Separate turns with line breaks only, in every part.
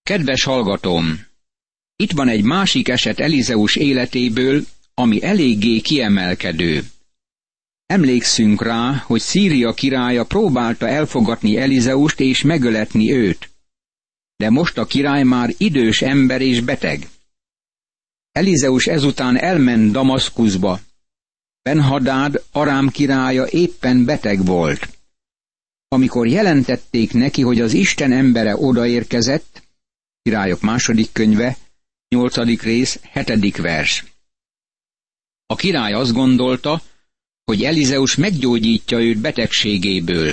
Kedves hallgatóm! Itt van egy másik eset Elizeus életéből, ami eléggé kiemelkedő. Emlékszünk rá, hogy Szíria királya próbálta elfogadni Elizeust és megöletni őt. De most a király már idős ember és beteg. Elizeus ezután elment Damaszkuszba. Ben-Hadád, Arám királya éppen beteg volt. Amikor jelentették neki, hogy az Isten embere odaérkezett, Királyok második könyve, 8. rész, 7. vers. A király azt gondolta, hogy Elizeus meggyógyítja őt betegségéből.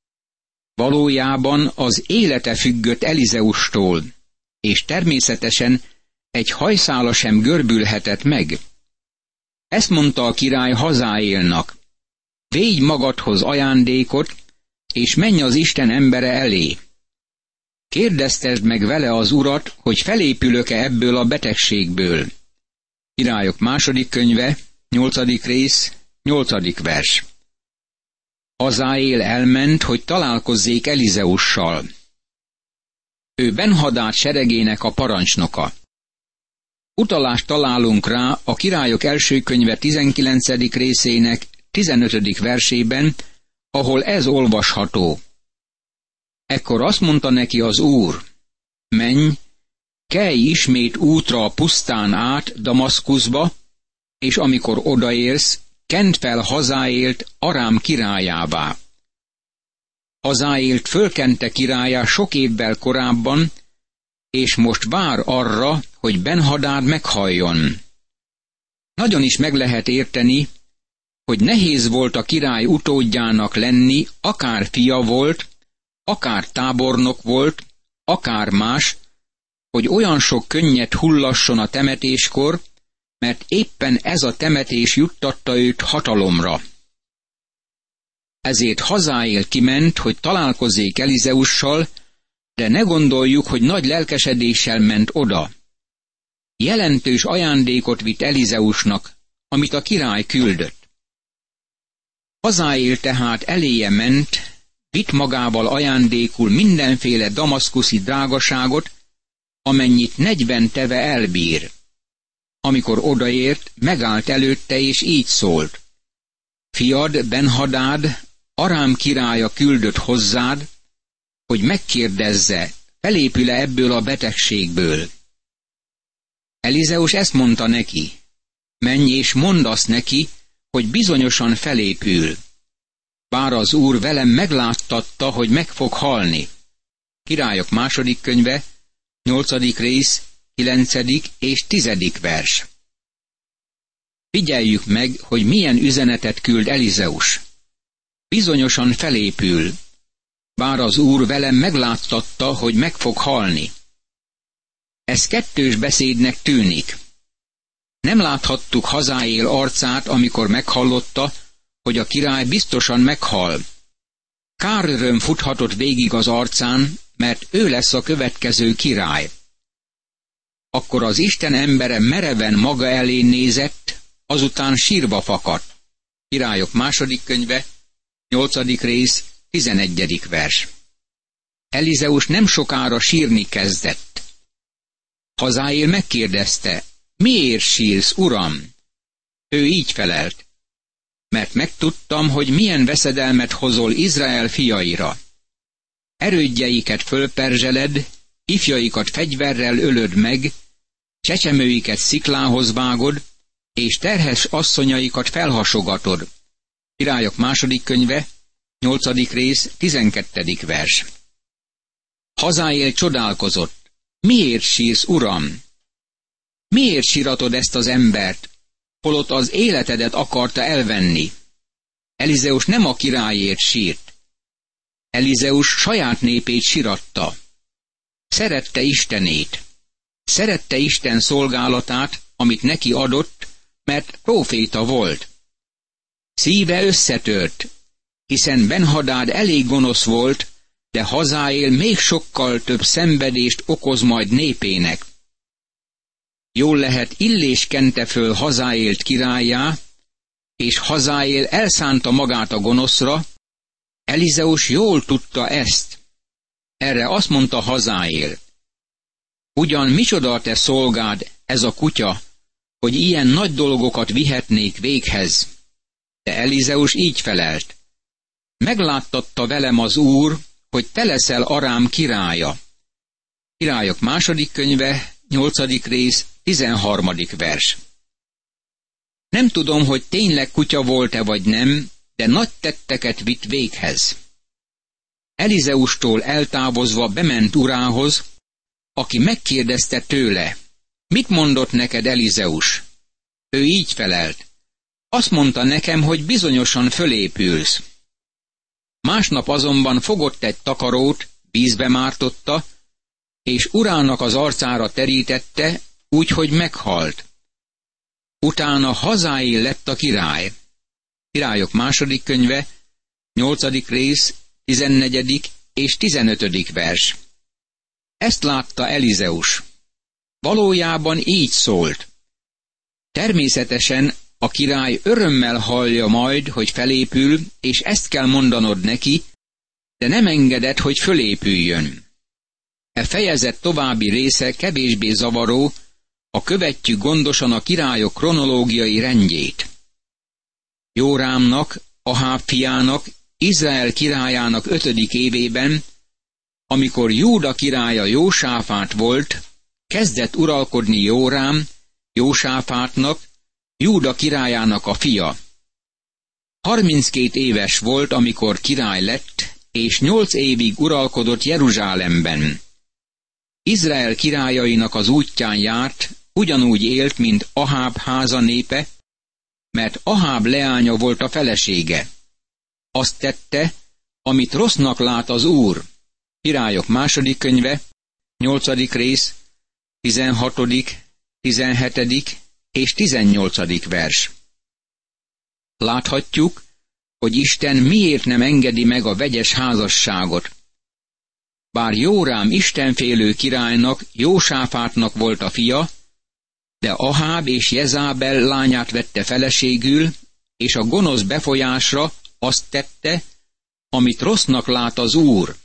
Valójában az élete függött Elizeustól, és természetesen egy hajszála sem görbülhetett meg. Ezt mondta a király Hazáélnak: védj magadhoz ajándékot, és menj az Isten embere elé. Kérdeztesd meg vele az Urat, hogy felépülök-e ebből a betegségből. Királyok második könyve, 8. rész, 8. vers. Hazáél elment, hogy találkozzék Elizeussal. Ő Ben-Hadád seregének a parancsnoka. Utalást találunk rá a Királyok első könyve 19. részének 15. versében, ahol ez olvasható. Ekkor azt mondta neki az Úr: menj, kelj ismét útra a pusztán át Damaszkuszba, és amikor odaérsz, kend fel Hazáélt Arám királyává. Hazáélt fölkente királyá sok évvel korábban, és most vár arra, hogy Ben-Hadád meghalljon. Nagyon is meg lehet érteni, hogy nehéz volt a király utódjának lenni, akár fia volt, akár tábornok volt, akár más, hogy olyan sok könnyet hullasson a temetéskor, mert éppen ez a temetés juttatta őt hatalomra. Ezért Hazáél kiment, hogy találkozzék Elizeussal, de ne gondoljuk, hogy nagy lelkesedéssel ment oda. Jelentős ajándékot vitt Elizeusnak, amit a király küldött. Hazáél tehát eléje ment, vitt magával ajándékul mindenféle damaszkuszi drágaságot, amennyit 40 teve elbír. Amikor odaért, megállt előtte, és így szólt: fiad, Ben-Hadád, Arám királya küldött hozzád, hogy megkérdezze, felépül-e ebből a betegségből. Elizeus ezt mondta neki: menj és mondd azt neki, hogy bizonyosan felépül. Bár az Úr velem megláttatta, hogy meg fog halni. Királyok második könyve, 8. rész, 9. és 10. vers. Figyeljük meg, hogy milyen üzenetet küld Elizeus. Bizonyosan felépül, bár az Úr velem megláttatta, hogy meg fog halni. Ez kettős beszédnek tűnik. Nem láthattuk Hazáél arcát, amikor meghallotta, hogy a király biztosan meghal. Káröröm futhatott végig az arcán, mert ő lesz a következő király. Akkor az Isten embere mereven maga elé nézett, azután sírva fakadt. Királyok második könyve, 8. rész, 11. vers. Elizeus nem sokára sírni kezdett. Hazáél megkérdezte: miért sírsz, uram? Ő így felelt: mert megtudtam, hogy milyen veszedelmet hozol Izrael fiaira. Erődjeiket fölperzseled, ifjaikat fegyverrel ölöd meg, csecsemőiket sziklához vágod, és terhes asszonyaikat felhasogatod. Királyok második könyve, 8. rész, 12. vers. Hazáél csodálkozott: miért sírsz, uram? Miért síratod ezt az embert, holott az életedet akarta elvenni? Elizeus nem a királyért sírt. Elizeus saját népét siratta. Szerette Istenét. Szerette Isten szolgálatát, amit neki adott, mert próféta volt. Szíve összetört, hiszen Ben-Hadád elég gonosz volt, de Hazáél még sokkal több szenvedést okoz majd népének. Jól lehet, Illés kente föl Hazáélt királlyá, és Hazáél elszánta magát a gonoszra. Elizeus jól tudta ezt. Erre azt mondta Hazáél: ugyan micsoda a te szolgád, ez a kutya, hogy ilyen nagy dolgokat vihetnék véghez? De Elizeus így felelt: megláttatta velem az Úr, hogy te leszel Arám királya. Királyok második könyve, 8. rész, 13. vers. Nem tudom, hogy tényleg kutya volt-e vagy nem, de nagy tetteket vitt véghez. Elizeustól eltávozva bement urához, aki megkérdezte tőle: mit mondott neked Elizeus? Ő így felelt: azt mondta nekem, hogy bizonyosan fölépülsz. Másnap azonban fogott egy takarót, vízbe mártotta, és urának az arcára terítette, úgyhogy meghalt. Utána hazáé lett a király. Királyok második könyve, 8. rész, 14. és 15. vers. Ezt látta Elizeus. Valójában így szólt: természetesen a király örömmel hallja majd, hogy felépül, és ezt kell mondanod neki, de nem engedett, hogy fölépüljön. E fejezet további része kevésbé zavaró, ha követjük gondosan a királyok kronológiai rendjét. Jórámnak, Aháb fiának, Izrael királyának 5. évében, amikor Júda királya Jósáfát volt, kezdett uralkodni Jórám, Jósáfátnak, Júda királyának a fia. 32 éves volt, amikor király lett, és 8 évig uralkodott Jeruzsálemben. Izrael királyainak az útján járt, ugyanúgy élt, mint Aháb háza népe, mert Aháb leánya volt a felesége. Azt tette, amit rossznak lát az Úr. Királyok második könyve, 8. rész, 16., 17. és 18. vers. Láthatjuk, hogy Isten miért nem engedi meg a vegyes házasságot. Bár Jórám istenfélő királynak, Jósáfátnak volt a fia, de Aháb és Jezábel lányát vette feleségül, és a gonosz befolyásra azt tette, amit rossznak lát az Úr.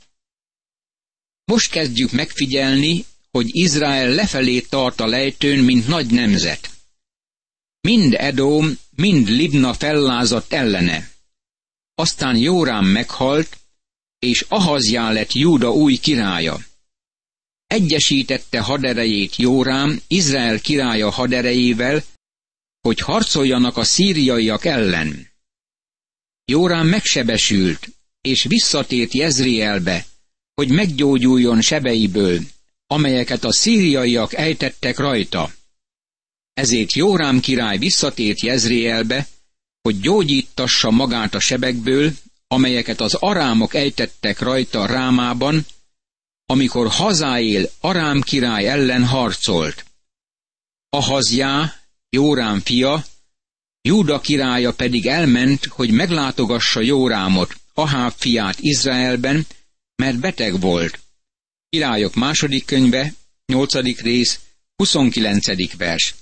Most kezdjük megfigyelni, hogy Izrael lefelé tart a lejtőn, mint nagy nemzet. Mind Edóm, mind Libna fellázadt ellene. Aztán Jórám meghalt, és Ahazjá lett Júda új királya. Egyesítette haderejét Jórám Izrael királya haderejével, hogy harcoljanak a szíriaiak ellen. Jórám megsebesült, és visszatért Jezrielbe, hogy meggyógyuljon sebeiből, amelyeket a szíriaiak ejtettek rajta. Ezért Jórám király visszatért Jezrielbe, hogy gyógyítassa magát a sebekből, amelyeket az arámok ejtettek rajta Rámában, amikor Hazáél Arám király ellen harcolt. Ahazjá, Jórám fia, Júda királya pedig elment, hogy meglátogassa Jórámot, Aháb fiát Izraelben, mert beteg volt. Királyok második könyve, 8. rész, 29. vers.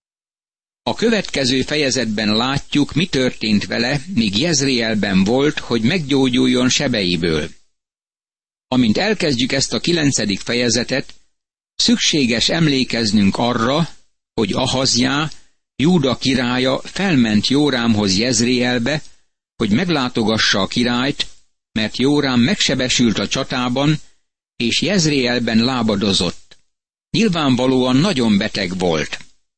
A következő fejezetben látjuk, mi történt vele, míg Jezrielben volt, hogy meggyógyuljon sebeiből. Amint elkezdjük ezt a 9. fejezetet, szükséges emlékeznünk arra, hogy Ahazjá, Júda királya felment Jórámhoz Jezrielbe, hogy meglátogassa a királyt, mert Jórám megsebesült a csatában, és Jezrielben lábadozott. Nyilvánvalóan nagyon beteg volt.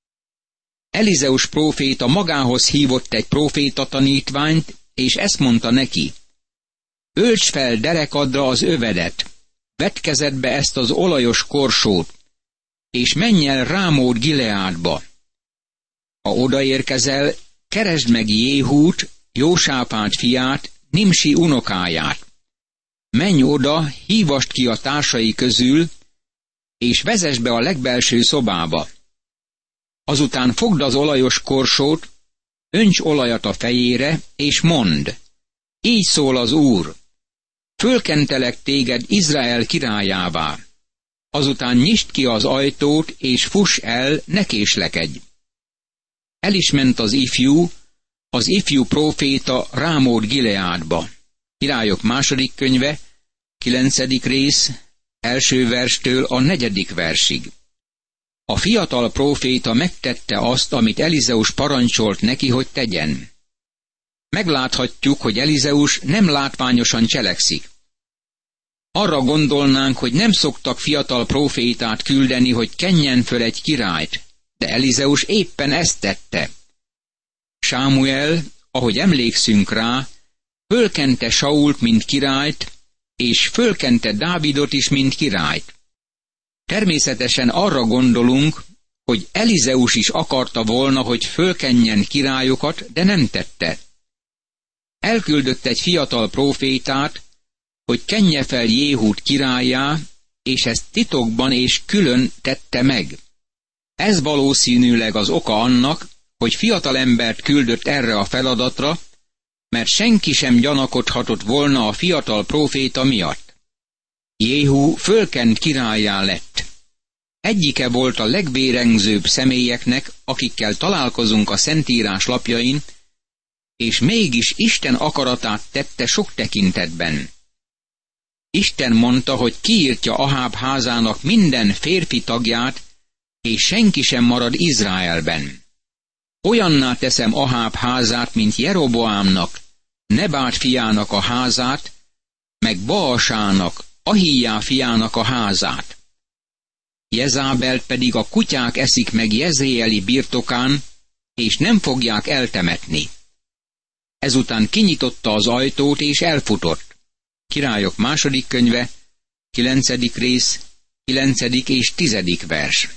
Elizeus próféta magához hívott egy próféta tanítványt, és ezt mondta neki: ölts fel derekadra az övedet, vedd kezedbe ezt az olajos korsót, és menj el Rámót Gileádba. Ha odaérkezel, keresd meg Jéhút, Jósáfát fiát, Nimsi unokáját. Menj oda, hívast ki a társai közül, és vezess be a legbelső szobába. Azután fogd az olajos korsót, önts olajat a fejére, és mondd: így szól az Úr, fölkentelek téged Izrael királyává. Azután nyisd ki az ajtót, és fuss el, ne késlekedj. El is ment az ifjú próféta Rámót Gileádba. Királyok második könyve, 9. rész, 1. verstől a 4. versig. A fiatal próféta megtette azt, amit Elizeus parancsolt neki, hogy tegyen. Megláthatjuk, hogy Elizeus nem látványosan cselekszik. Arra gondolnánk, hogy nem szoktak fiatal prófétát küldeni, hogy kenjen föl egy királyt, de Elizeus éppen ezt tette. Sámuel, ahogy emlékszünk rá, fölkente Sault, mint királyt, és fölkente Dávidot is, mint királyt. Természetesen arra gondolunk, hogy Elizeus is akarta volna, hogy fölkenjen királyokat, de nem tette. Elküldött egy fiatal prófétát, hogy kenje fel Jéhút királlyá, és ezt titokban és külön tette meg. Ez valószínűleg az oka annak, hogy fiatal embert küldött erre a feladatra, mert senki sem gyanakodhatott volna a fiatal próféta miatt. Jéhú fölkent királlyá lett. Egyike volt a legvérengzőbb személyeknek, akikkel találkozunk a Szentírás lapjain, és mégis Isten akaratát tette sok tekintetben. Isten mondta, hogy kiírtja Aháb házának minden férfi tagját, és senki sem marad Izraelben. Olyanná teszem Aháb házát, mint Jeroboámnak, Nebát fiának a házát, meg Baasának, Ahijá fiának a házát. Jezábelt pedig a kutyák eszik meg Jezreeli birtokán, és nem fogják eltemetni. Ezután kinyitotta az ajtót, és elfutott. Királyok második könyve, 9. rész, 9. és 10. vers.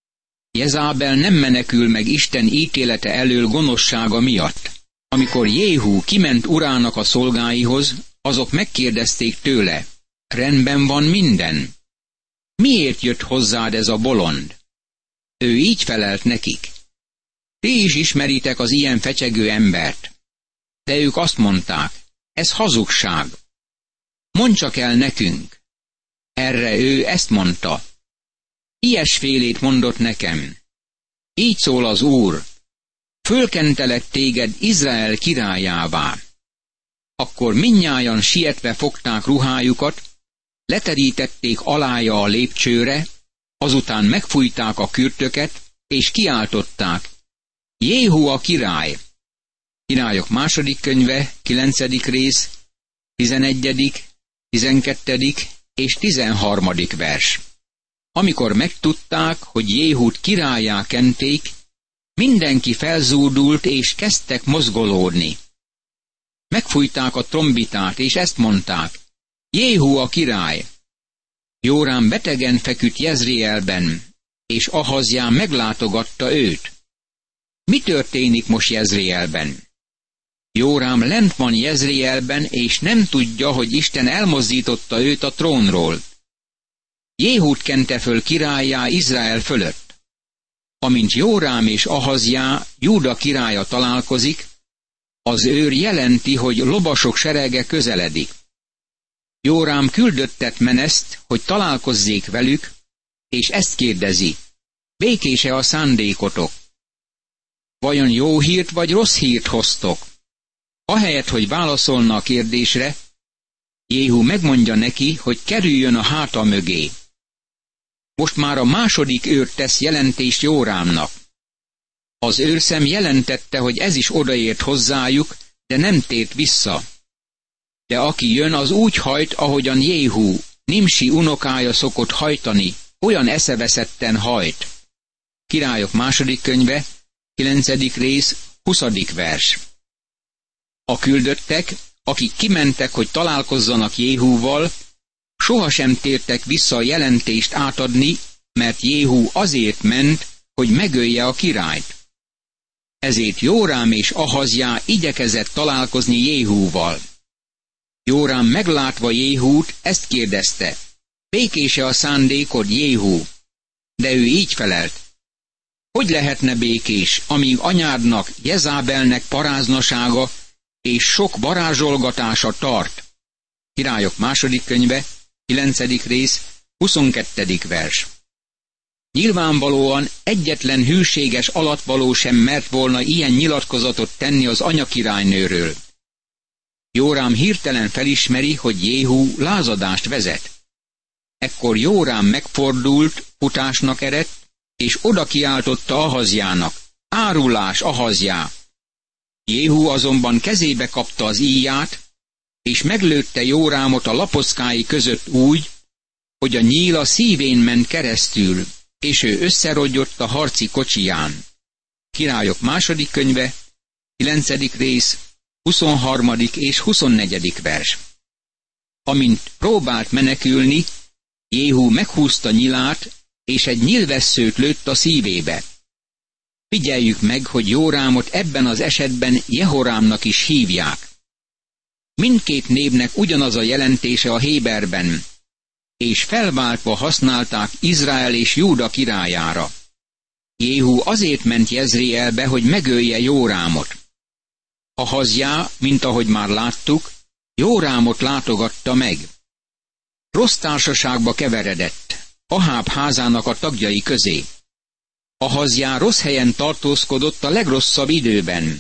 Jezábel nem menekül meg Isten ítélete elől gonoszsága miatt. Amikor Jéhú kiment urának a szolgáihoz, azok megkérdezték tőle, rendben van minden? Miért jött hozzád ez a bolond? Ő így felelt nekik. Ti is ismeritek az ilyen fecsegő embert. De ők azt mondták, ez hazugság. Mondd csak el nekünk. Erre ő ezt mondta. Ilyesfélét mondott nekem. Így szól az Úr, fölkentelek téged Izrael királyává. Akkor mindnyájan sietve fogták ruhájukat, leterítették alája a lépcsőre, azután megfújták a kürtöket, és kiáltották, Jéhú a király. Királyok második könyve, 9. rész, 11., 12. és 13. vers. Amikor megtudták, hogy Jéhút királlyá kenték, mindenki felzúdult, és kezdtek mozgolódni. Megfújták a trombitát, és ezt mondták, Jéhú a király. Jórám betegen feküdt Jezreelben, és Ahazjá meglátogatta őt. Mi történik most Jezreelben? Jórám lent van Jezreelben, és nem tudja, hogy Isten elmozdította őt a trónról. Jéhút kente föl királlyá Izrael fölött. Amint Jórám és Ahazjá, Júda királya találkozik, az őr jelenti, hogy lovasok serege közeledik. Jórám küldöttet meneszt, hogy találkozzék velük, és ezt kérdezi, békés-e a szándékotok? Vajon jó hírt vagy rossz hírt hoztok? Ahelyett, hogy válaszolna a kérdésre, Jéhú megmondja neki, hogy kerüljön a háta mögé. Most már a második őr tesz jelentést Jórámnak. Az őrszem jelentette, hogy ez is odaért hozzájuk, de nem tért vissza. De aki jön, az úgy hajt, ahogyan Jéhú, Nimsi unokája szokott hajtani, olyan eszeveszetten hajt. Királyok második könyve, 9. rész, 20. vers. A küldöttek, akik kimentek, hogy találkozzanak Jéhúval, sohasem tértek vissza a jelentést átadni, mert Jéhú azért ment, hogy megölje a királyt. Ezért Jórám és Ahazjá igyekezett találkozni Jéhúval. Jórám meglátva Jéhút, ezt kérdezte, békés-e a szándékod, Jéhú? De ő így felelt, hogy lehetne békés, amíg anyádnak, Jezábelnek paráznasága és sok varázsolgatása tart? Királyok második könyve, 9. rész, 22. vers. Nyilvánvalóan egyetlen hűséges alattvaló sem mert volna ilyen nyilatkozatot tenni az anyakirálynőről. Jórám hirtelen felismeri, hogy Jéhú lázadást vezet. Ekkor Jórám megfordult, futásnak eredt, és oda kiáltotta Ahazjának: árulás, Ahazjá! Jéhu azonban kezébe kapta az íját, és meglőtte Jórámot a lapockái között úgy, hogy a nyíl a szívén ment keresztül, és ő összerodjott a harci kocsiján. Királyok második könyve, 9. rész, 23. és 24. vers. Amint próbált menekülni, Jéhu meghúzta nyilát, és egy nyilvesszőt lőtt a szívébe. Figyeljük meg, hogy Jórámot ebben az esetben Jehorámnak is hívják. Mindkét névnek ugyanaz a jelentése a héberben, és felváltva használták Izrael és Júda királyára. Jéhu azért ment Jezréelbe, hogy megölje Jórámot. Ahazjá, mint ahogy már láttuk, Jórámot látogatta meg. Rossz társaságba keveredett, Aháb házának a tagjai közé. Ahazjá rossz helyen tartózkodott a legrosszabb időben.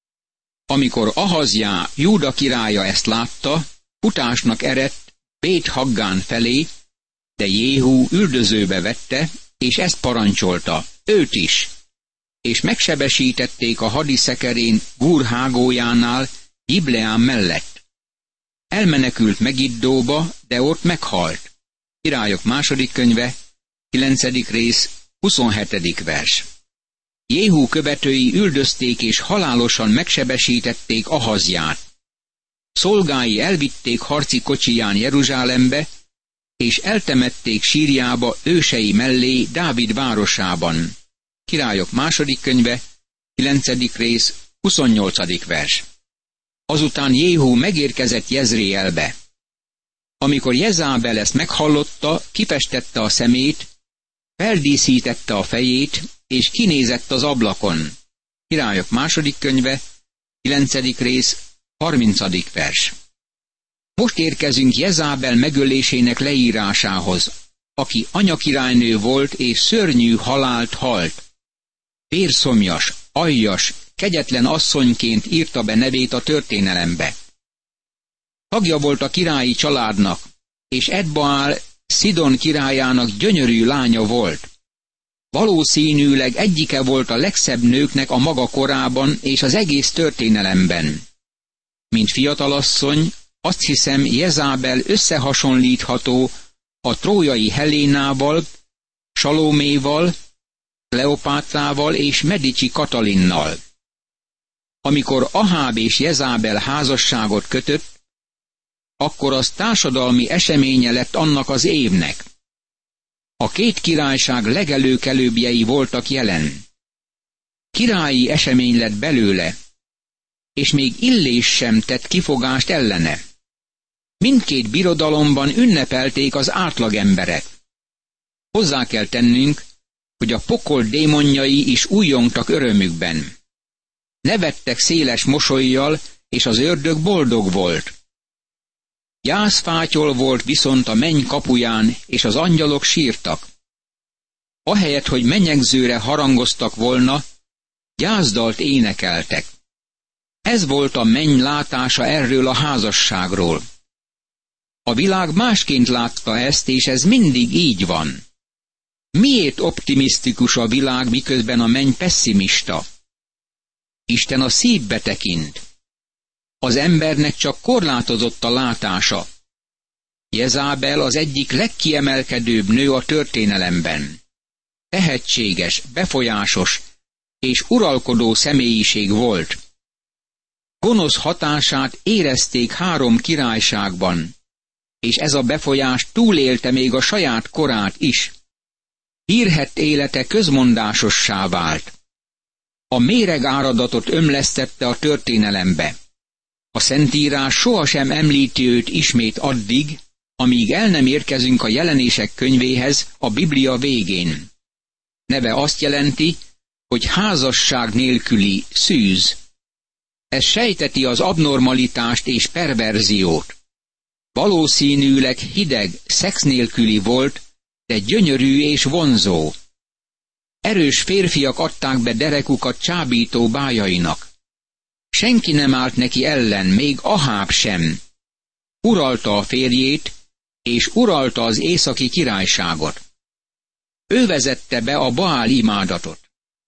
Amikor Ahazjá, Júda királya ezt látta, futásnak eredt Bét-Haggán felé, de Jéhu üldözőbe vette, és ezt parancsolta, őt is, és megsebesítették a hadiszekerén Gúr hágójánál, Ibleám mellett. Elmenekült Megiddóba, de ott meghalt. Királyok második könyve, 9. rész, 27. vers. Jéhu követői üldözték és halálosan megsebesítették Ahazját. Szolgái elvitték harci kocsiján Jeruzsálembe, és eltemették sírjába ősei mellé Dávid városában. Királyok második könyve, 9. rész, 28. vers. Azután Jéhu megérkezett Jezréelbe. Amikor Jezábel ezt meghallotta, kifestette a szemét, feldíszítette a fejét, és kinézett az ablakon. Királyok második könyve, 9. rész, 30. vers. Most érkezünk Jezábel megölésének leírásához, aki anyakirálynő volt és szörnyű halált halt. Vérszomjas, aljas, kegyetlen asszonyként írta be nevét a történelembe. Tagja volt a királyi családnak, és Edbaál Szidon királyának gyönyörű lánya volt. Valószínűleg egyike volt a legszebb nőknek a maga korában és az egész történelemben. Mint fiatalasszony, azt hiszem, Jezábel összehasonlítható a trójai Helénával, Salóméval, Kleopátrával és Medici Katalinnal. Amikor Aháb és Jezábel házasságot kötött, akkor az társadalmi eseménye lett annak az évnek. A két királyság legelőkelőbbjei voltak jelen. Királyi esemény lett belőle, és még Illés sem tett kifogást ellene. Mindkét birodalomban ünnepelték az átlagemberek. Hozzá kell tennünk, hogy a pokol démonjai is újjongtak örömükben. Nevettek széles mosollyal, és az ördög boldog volt. Gyászfátyol volt viszont a menny kapuján, és az angyalok sírtak. Ahelyett, hogy menyegzőre harangoztak volna, gyászdalt énekeltek. Ez volt a menny látása erről a házasságról. A világ másként látta ezt, és ez mindig így van. Miért optimisztikus a világ, miközben a menny pesszimista? Isten a szívbe tekint. Az embernek csak korlátozott a látása. Jezábel az egyik legkiemelkedőbb nő a történelemben. Tehetséges, befolyásos és uralkodó személyiség volt. Gonosz hatását érezték 3 királyságban, és ez a befolyás túlélte még a saját korát is. Hírhedt élete közmondásossá vált. A méregáradatot ömlesztette a történelembe. A Szentírás sohasem említi őt ismét addig, amíg el nem érkezünk a Jelenések könyvéhez a Biblia végén. Neve azt jelenti, hogy házasság nélküli szűz. Ez sejteti az abnormalitást és perverziót. Valószínűleg hideg, szex nélküli volt, de gyönyörű és vonzó. Erős férfiak adták be derekukat csábító bájainak. Senki nem állt neki ellen, még Aháb sem. Uralta a férjét, és uralta az északi királyságot. Ő vezette be a Baál imádatot.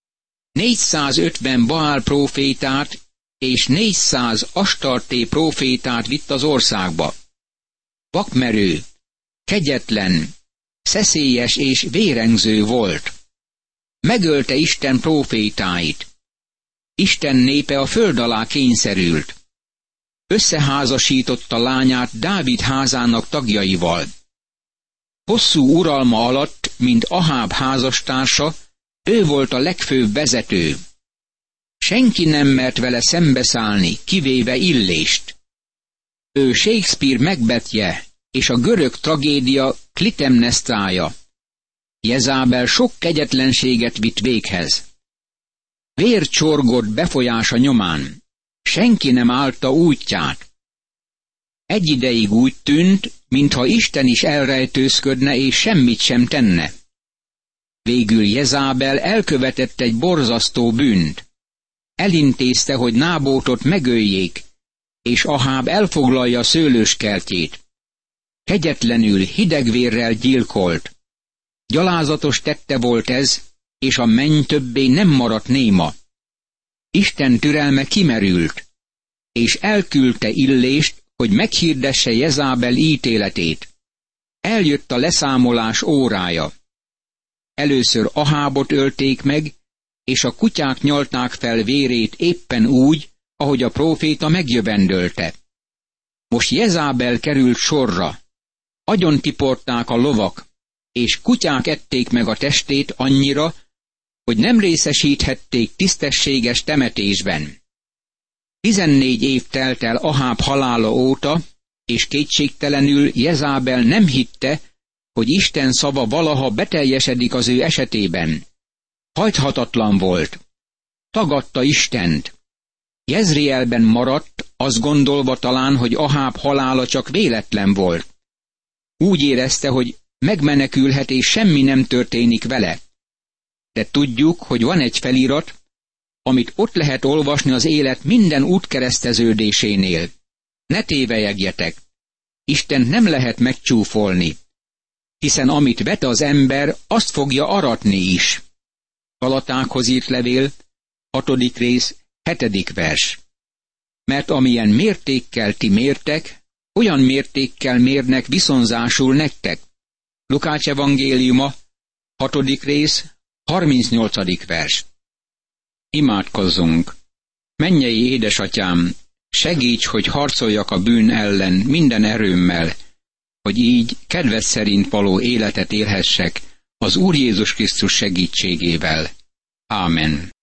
450 Baál prófétát és 400 Astarté prófétát vitt az országba. Vakmerő, kegyetlen, szeszélyes és vérengző volt. Megölte Isten prófétáit. Isten népe a föld alá kényszerült. Összeházasította lányát Dávid házának tagjaival. Hosszú uralma alatt, mint Aháb házastársa, ő volt a legfőbb vezető. Senki nem mert vele szembeszállni, kivéve Illést. Ő Shakespeare Macbethje és a görög tragédia Klitemnesztrája. Jezábel sok kegyetlenséget vitt véghez. Vér csorgott befolyása nyomán. Senki nem állta útját. Egy ideig úgy tűnt, mintha Isten is elrejtőzködne és semmit sem tenne. Végül Jezábel elkövetett egy borzasztó bűnt. Elintézte, hogy Nábótot megöljék, és Aháb elfoglalja szőlőskertjét. Kegyetlenül, hidegvérrel gyilkolt. Gyalázatos tette volt ez, és a menny többé nem maradt néma. Isten türelme kimerült, és elküldte Illést, hogy meghirdesse Jezábel ítéletét. Eljött a leszámolás órája. Először Ahábot ölték meg, és a kutyák nyalták fel vérét éppen úgy, ahogy a próféta megjövendölte. Most Jezábel került sorra. Agyontiporták a lovak, és kutyák ették meg a testét annyira, hogy nem részesíthették tisztességes temetésben. 14 év telt el Aháb halála óta, és kétségtelenül Jezábel nem hitte, hogy Isten szava valaha beteljesedik az ő esetében. Hajthatatlan volt. Tagadta Istent. Jezrielben maradt, azt gondolva talán, hogy Aháb halála csak véletlen volt. Úgy érezte, hogy megmenekülhet és semmi nem történik vele. De tudjuk, hogy van egy felirat, amit ott lehet olvasni az élet minden útkereszteződésénél. Ne tévelyegjetek! Istent nem lehet megcsúfolni, hiszen amit vet az ember, azt fogja aratni is. Galatákhoz írt levél, 6. rész, 7. vers. Mert amilyen mértékkel ti mértek, olyan mértékkel mérnek viszonzásul nektek. Lukács evangéliuma, 6. rész, 38. vers. Imádkozzunk! Mennyei édesatyám, segíts, hogy harcoljak a bűn ellen minden erőmmel, hogy így kedved szerint való életet élhessek az Úr Jézus Krisztus segítségével. Ámen.